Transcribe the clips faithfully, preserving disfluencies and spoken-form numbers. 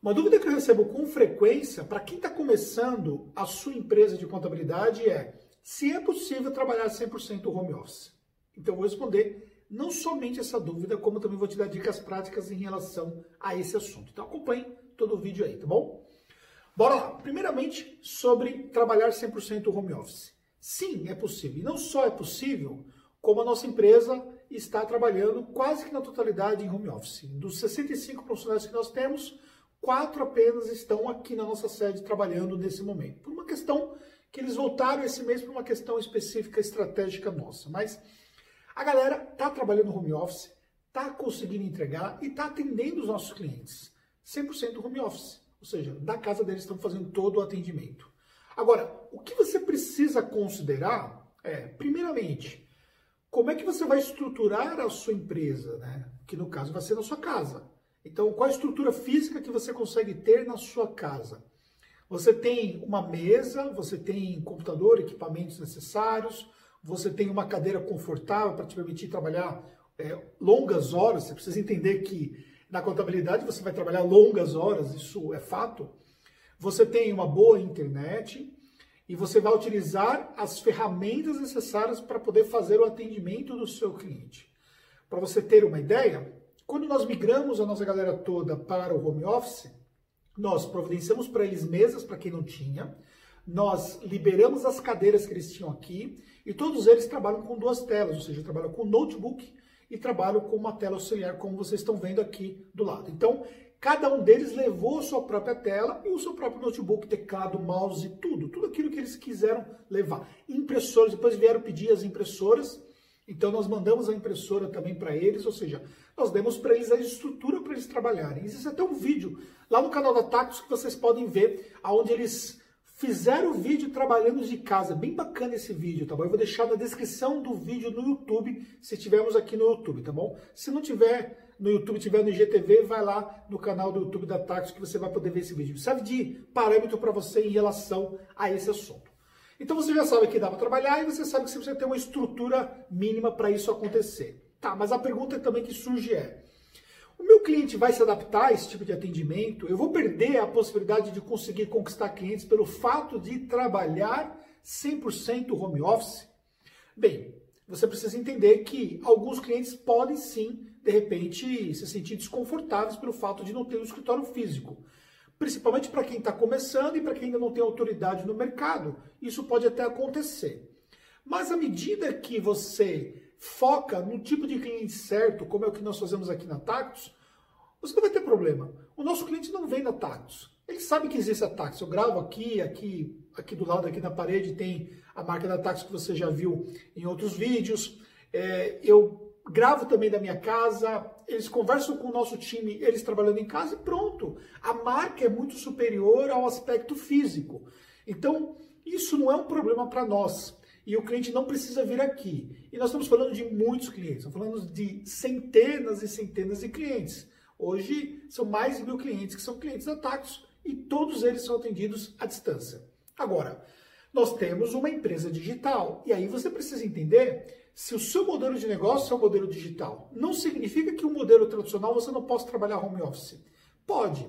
Uma dúvida que eu recebo com frequência para quem está começando a sua empresa de contabilidade é se é possível trabalhar cem por cento home office. Então eu vou responder não somente essa dúvida, como também vou te dar dicas práticas em relação a esse assunto. Então acompanhe todo o vídeo aí, tá bom? Bora lá. Primeiramente, sobre trabalhar cem por cento home office. Sim, é possível. E não só é possível, como a nossa empresa está trabalhando quase que na totalidade em home office. Dos sessenta e cinco profissionais que nós temos, quatro apenas estão aqui na nossa sede trabalhando nesse momento. Por uma questão que eles voltaram esse mês por uma questão específica estratégica nossa. Mas a galera está trabalhando no home office, está conseguindo entregar e está atendendo os nossos clientes. cem por cento home office. Ou seja, da casa deles estão fazendo todo o atendimento. Agora, o que você precisa considerar é, primeiramente, como é que você vai estruturar a sua empresa, né? Que no caso vai ser na sua casa. Então, qual a estrutura física que você consegue ter na sua casa? Você tem uma mesa, você tem computador, equipamentos necessários, você tem uma cadeira confortável para te permitir trabalhar é, longas horas. Você precisa entender que na contabilidade você vai trabalhar longas horas, isso é fato. Você tem uma boa internet e você vai utilizar as ferramentas necessárias para poder fazer o atendimento do seu cliente. Para você ter uma ideia, quando nós migramos a nossa galera toda para o home office, nós providenciamos para eles mesas, para quem não tinha, nós liberamos as cadeiras que eles tinham aqui e todos eles trabalham com duas telas, ou seja, trabalham com notebook e trabalham com uma tela auxiliar, como vocês estão vendo aqui do lado. Então, cada um deles levou a sua própria tela e o seu próprio notebook, teclado, mouse, tudo, tudo aquilo que eles quiseram levar. Impressoras, depois vieram pedir as impressoras, então nós mandamos a impressora também para eles, ou seja, nós demos para eles a estrutura para eles trabalharem. Existe até um vídeo lá no canal da Tactus que vocês podem ver, onde eles fizeram o vídeo trabalhando de casa. Bem bacana esse vídeo, tá bom? Eu vou deixar na descrição do vídeo no YouTube, se tivermos aqui no YouTube, tá bom? Se não tiver no YouTube, tiver no I G T V, vai lá no canal do YouTube da Tactus que você vai poder ver esse vídeo. Serve de parâmetro para você em relação a esse assunto. Então você já sabe que dá para trabalhar e você sabe que você precisa ter uma estrutura mínima para isso acontecer. Tá, mas a pergunta também que surge é, o meu cliente vai se adaptar a esse tipo de atendimento? Eu vou perder a possibilidade de conseguir conquistar clientes pelo fato de trabalhar cem por cento home office? Bem, você precisa entender que alguns clientes podem sim, de repente, se sentir desconfortáveis pelo fato de não ter um escritório físico. Principalmente para quem está começando e para quem ainda não tem autoridade no mercado. Isso pode até acontecer. Mas à medida que você foca no tipo de cliente certo, como é o que nós fazemos aqui na Tactus, você não vai ter problema. O nosso cliente não vem da Tactus. Ele sabe que existe a Tactus. Eu gravo aqui, aqui, aqui do lado, aqui na parede, tem a marca da Tactus que você já viu em outros vídeos. É, eu gravo também da minha casa, eles conversam com o nosso time, eles trabalhando em casa e pronto. A marca é muito superior ao aspecto físico. Então, isso não é um problema para nós. E o cliente não precisa vir aqui. E nós estamos falando de muitos clientes, estamos falando de centenas e centenas de clientes. Hoje, são mais de mil clientes que são clientes da Tactus e todos eles são atendidos à distância. Agora, nós temos uma empresa digital e aí você precisa entender se o seu modelo de negócio é um modelo digital. Não significa que o modelo tradicional você não possa trabalhar home office. Pode,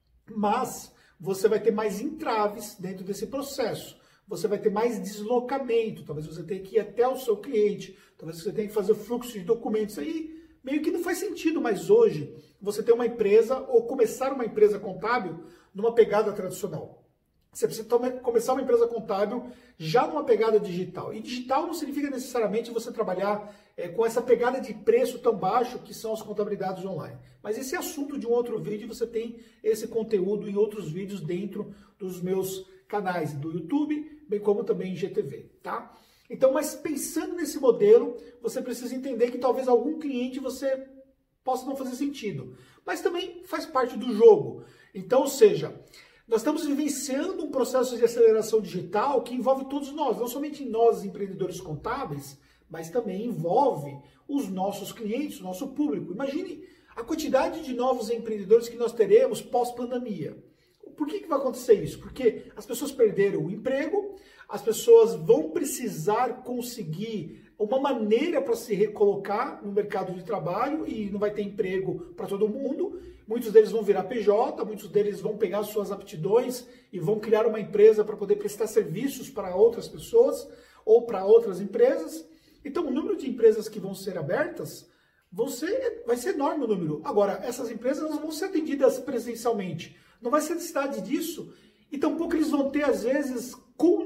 mas você vai ter mais entraves dentro desse processo. Você vai ter mais deslocamento, talvez você tenha que ir até o seu cliente, talvez você tenha que fazer o fluxo de documentos. Aí meio que não faz sentido mais hoje você ter uma empresa ou começar uma empresa contábil numa pegada tradicional. Você precisa começar uma empresa contábil já numa pegada digital. E digital não significa necessariamente você trabalhar é, com essa pegada de preço tão baixo que são as contabilidades online. Mas esse é assunto de um outro vídeo, você tem esse conteúdo em outros vídeos dentro dos meus canais do YouTube, bem como também em I G T V, tá? Então, mas pensando nesse modelo, você precisa entender que talvez algum cliente você possa não fazer sentido. Mas também faz parte do jogo. Então, ou seja, nós estamos vivenciando um processo de aceleração digital que envolve todos nós, não somente nós, empreendedores contábeis, mas também envolve os nossos clientes, o nosso público. Imagine a quantidade de novos empreendedores que nós teremos pós-pandemia. Por que que vai acontecer isso? Porque as pessoas perderam o emprego, as pessoas vão precisar conseguir uma maneira para se recolocar no mercado de trabalho e não vai ter emprego para todo mundo. muitos deles vão virar P J, muitos deles vão pegar suas aptidões e vão criar uma empresa para poder prestar serviços para outras pessoas ou para outras empresas. Então, o número de empresas que vão ser abertas vão ser, vai ser enorme o número. Agora, essas empresas elas vão ser atendidas presencialmente. Não vai ser necessidade disso. E tampouco eles vão ter, às vezes,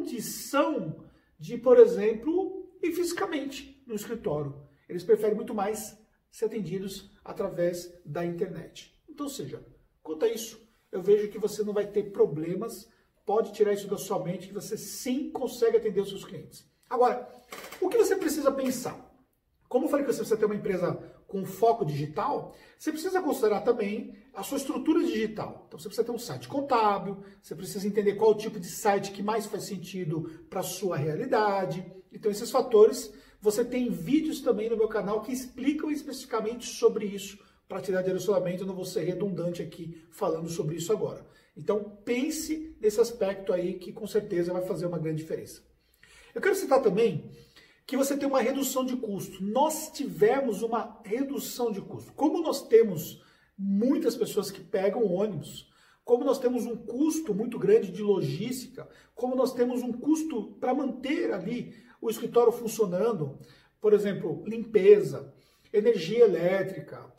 condição de, por exemplo, ir fisicamente no escritório. Eles preferem muito mais ser atendidos através da internet. Então, ou seja, quanto a isso, eu vejo que você não vai ter problemas, pode tirar isso da sua mente, que você sim consegue atender os seus clientes. Agora, o que você precisa pensar? Como eu falei que você precisa ter uma empresa com foco digital, você precisa considerar também a sua estrutura digital. Então você precisa ter um site contábil, você precisa entender qual o tipo de site que mais faz sentido para a sua realidade. Então esses fatores, você tem vídeos também no meu canal que explicam especificamente sobre isso, para te dar direcionamento. Eu não vou ser redundante aqui falando sobre isso agora. Então pense nesse aspecto aí que com certeza vai fazer uma grande diferença. Eu quero citar também que você tem uma redução de custo. Nós tivemos uma redução de custo. Como nós temos muitas pessoas que pegam ônibus, como nós temos um custo muito grande de logística, como nós temos um custo para manter ali o escritório funcionando, por exemplo, limpeza, energia elétrica,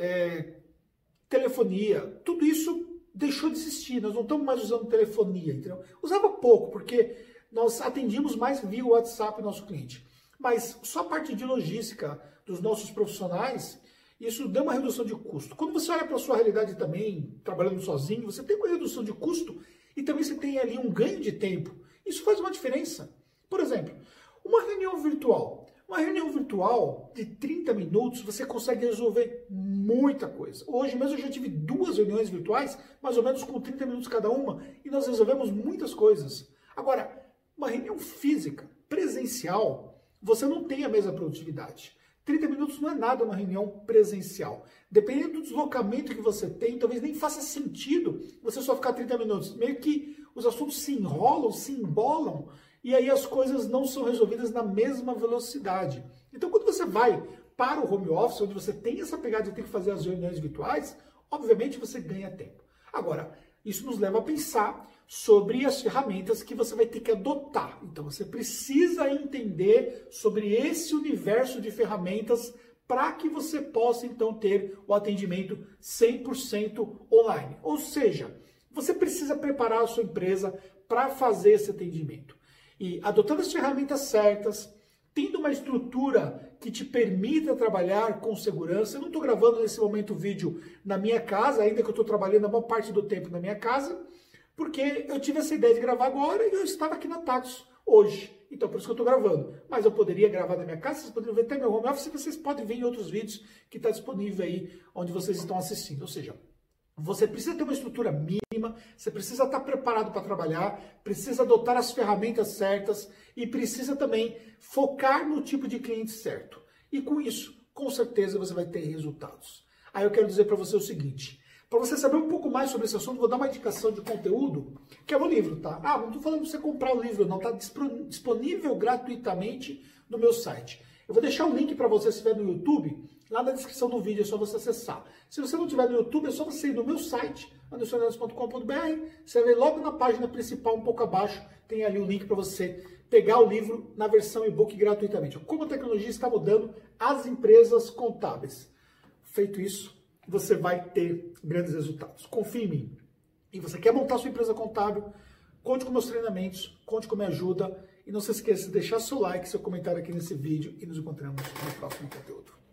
é, telefonia, tudo isso deixou de existir. Nós não estamos mais usando telefonia, entendeu? Usava pouco, porque nós atendíamos mais via WhatsApp o nosso cliente. Mas só a parte de logística dos nossos profissionais, isso deu uma redução de custo. Quando você olha para a sua realidade também, trabalhando sozinho, você tem uma redução de custo e também você tem ali um ganho de tempo. Isso faz uma diferença. Por exemplo, uma reunião virtual. Uma reunião virtual de trinta minutos, você consegue resolver muita coisa. Hoje mesmo eu já tive duas reuniões virtuais, mais ou menos com trinta minutos cada uma, e nós resolvemos muitas coisas. Agora, uma reunião física, presencial, você não tem a mesma produtividade. trinta minutos não é nada uma reunião presencial. Dependendo do deslocamento que você tem, talvez nem faça sentido você só ficar trinta minutos. Meio que os assuntos se enrolam, se embolam, e aí as coisas não são resolvidas na mesma velocidade. Então, quando você vai para o home office, onde você tem essa pegada de ter que fazer as reuniões virtuais, obviamente você ganha tempo. Agora, isso nos leva a pensar sobre as ferramentas que você vai ter que adotar. Então, você precisa entender sobre esse universo de ferramentas para que você possa, então, ter o atendimento cem por cento online. Ou seja, você precisa preparar a sua empresa para fazer esse atendimento. E adotando as ferramentas certas, tendo uma estrutura que te permita trabalhar com segurança. Eu não estou gravando nesse momento o vídeo na minha casa, ainda que eu estou trabalhando a maior parte do tempo na minha casa, porque eu tive essa ideia de gravar agora e eu estava aqui na Taxus hoje. Então, por isso que eu estou gravando. Mas eu poderia gravar na minha casa, vocês poderiam ver até meu home office, vocês podem ver em outros vídeos que está disponível aí, onde vocês estão assistindo. Ou seja, você precisa ter uma estrutura mínima, você precisa estar preparado para trabalhar, precisa adotar as ferramentas certas e precisa também focar no tipo de cliente certo. E com isso, com certeza, você vai ter resultados. Aí eu quero dizer para você o seguinte, para você saber um pouco mais sobre esse assunto, vou dar uma indicação de conteúdo, que é o livro, tá? Ah, não estou falando para você comprar o livro, não, está disponível gratuitamente no meu site. Eu vou deixar o link para você se estiver no YouTube, lá na descrição do vídeo, é só você acessar. Se você não estiver no YouTube, é só você ir no meu site, anderson neves ponto com ponto br, você vai logo na página principal, um pouco abaixo, tem ali o link para você pegar o livro na versão e-book gratuitamente. Como a tecnologia está mudando as empresas contábeis. Feito isso, você vai ter grandes resultados. Confie em mim. E você quer montar sua empresa contábil, conte com meus treinamentos, conte com minha ajuda. E não se esqueça de deixar seu like, seu comentário aqui nesse vídeo e nos encontramos no próximo conteúdo.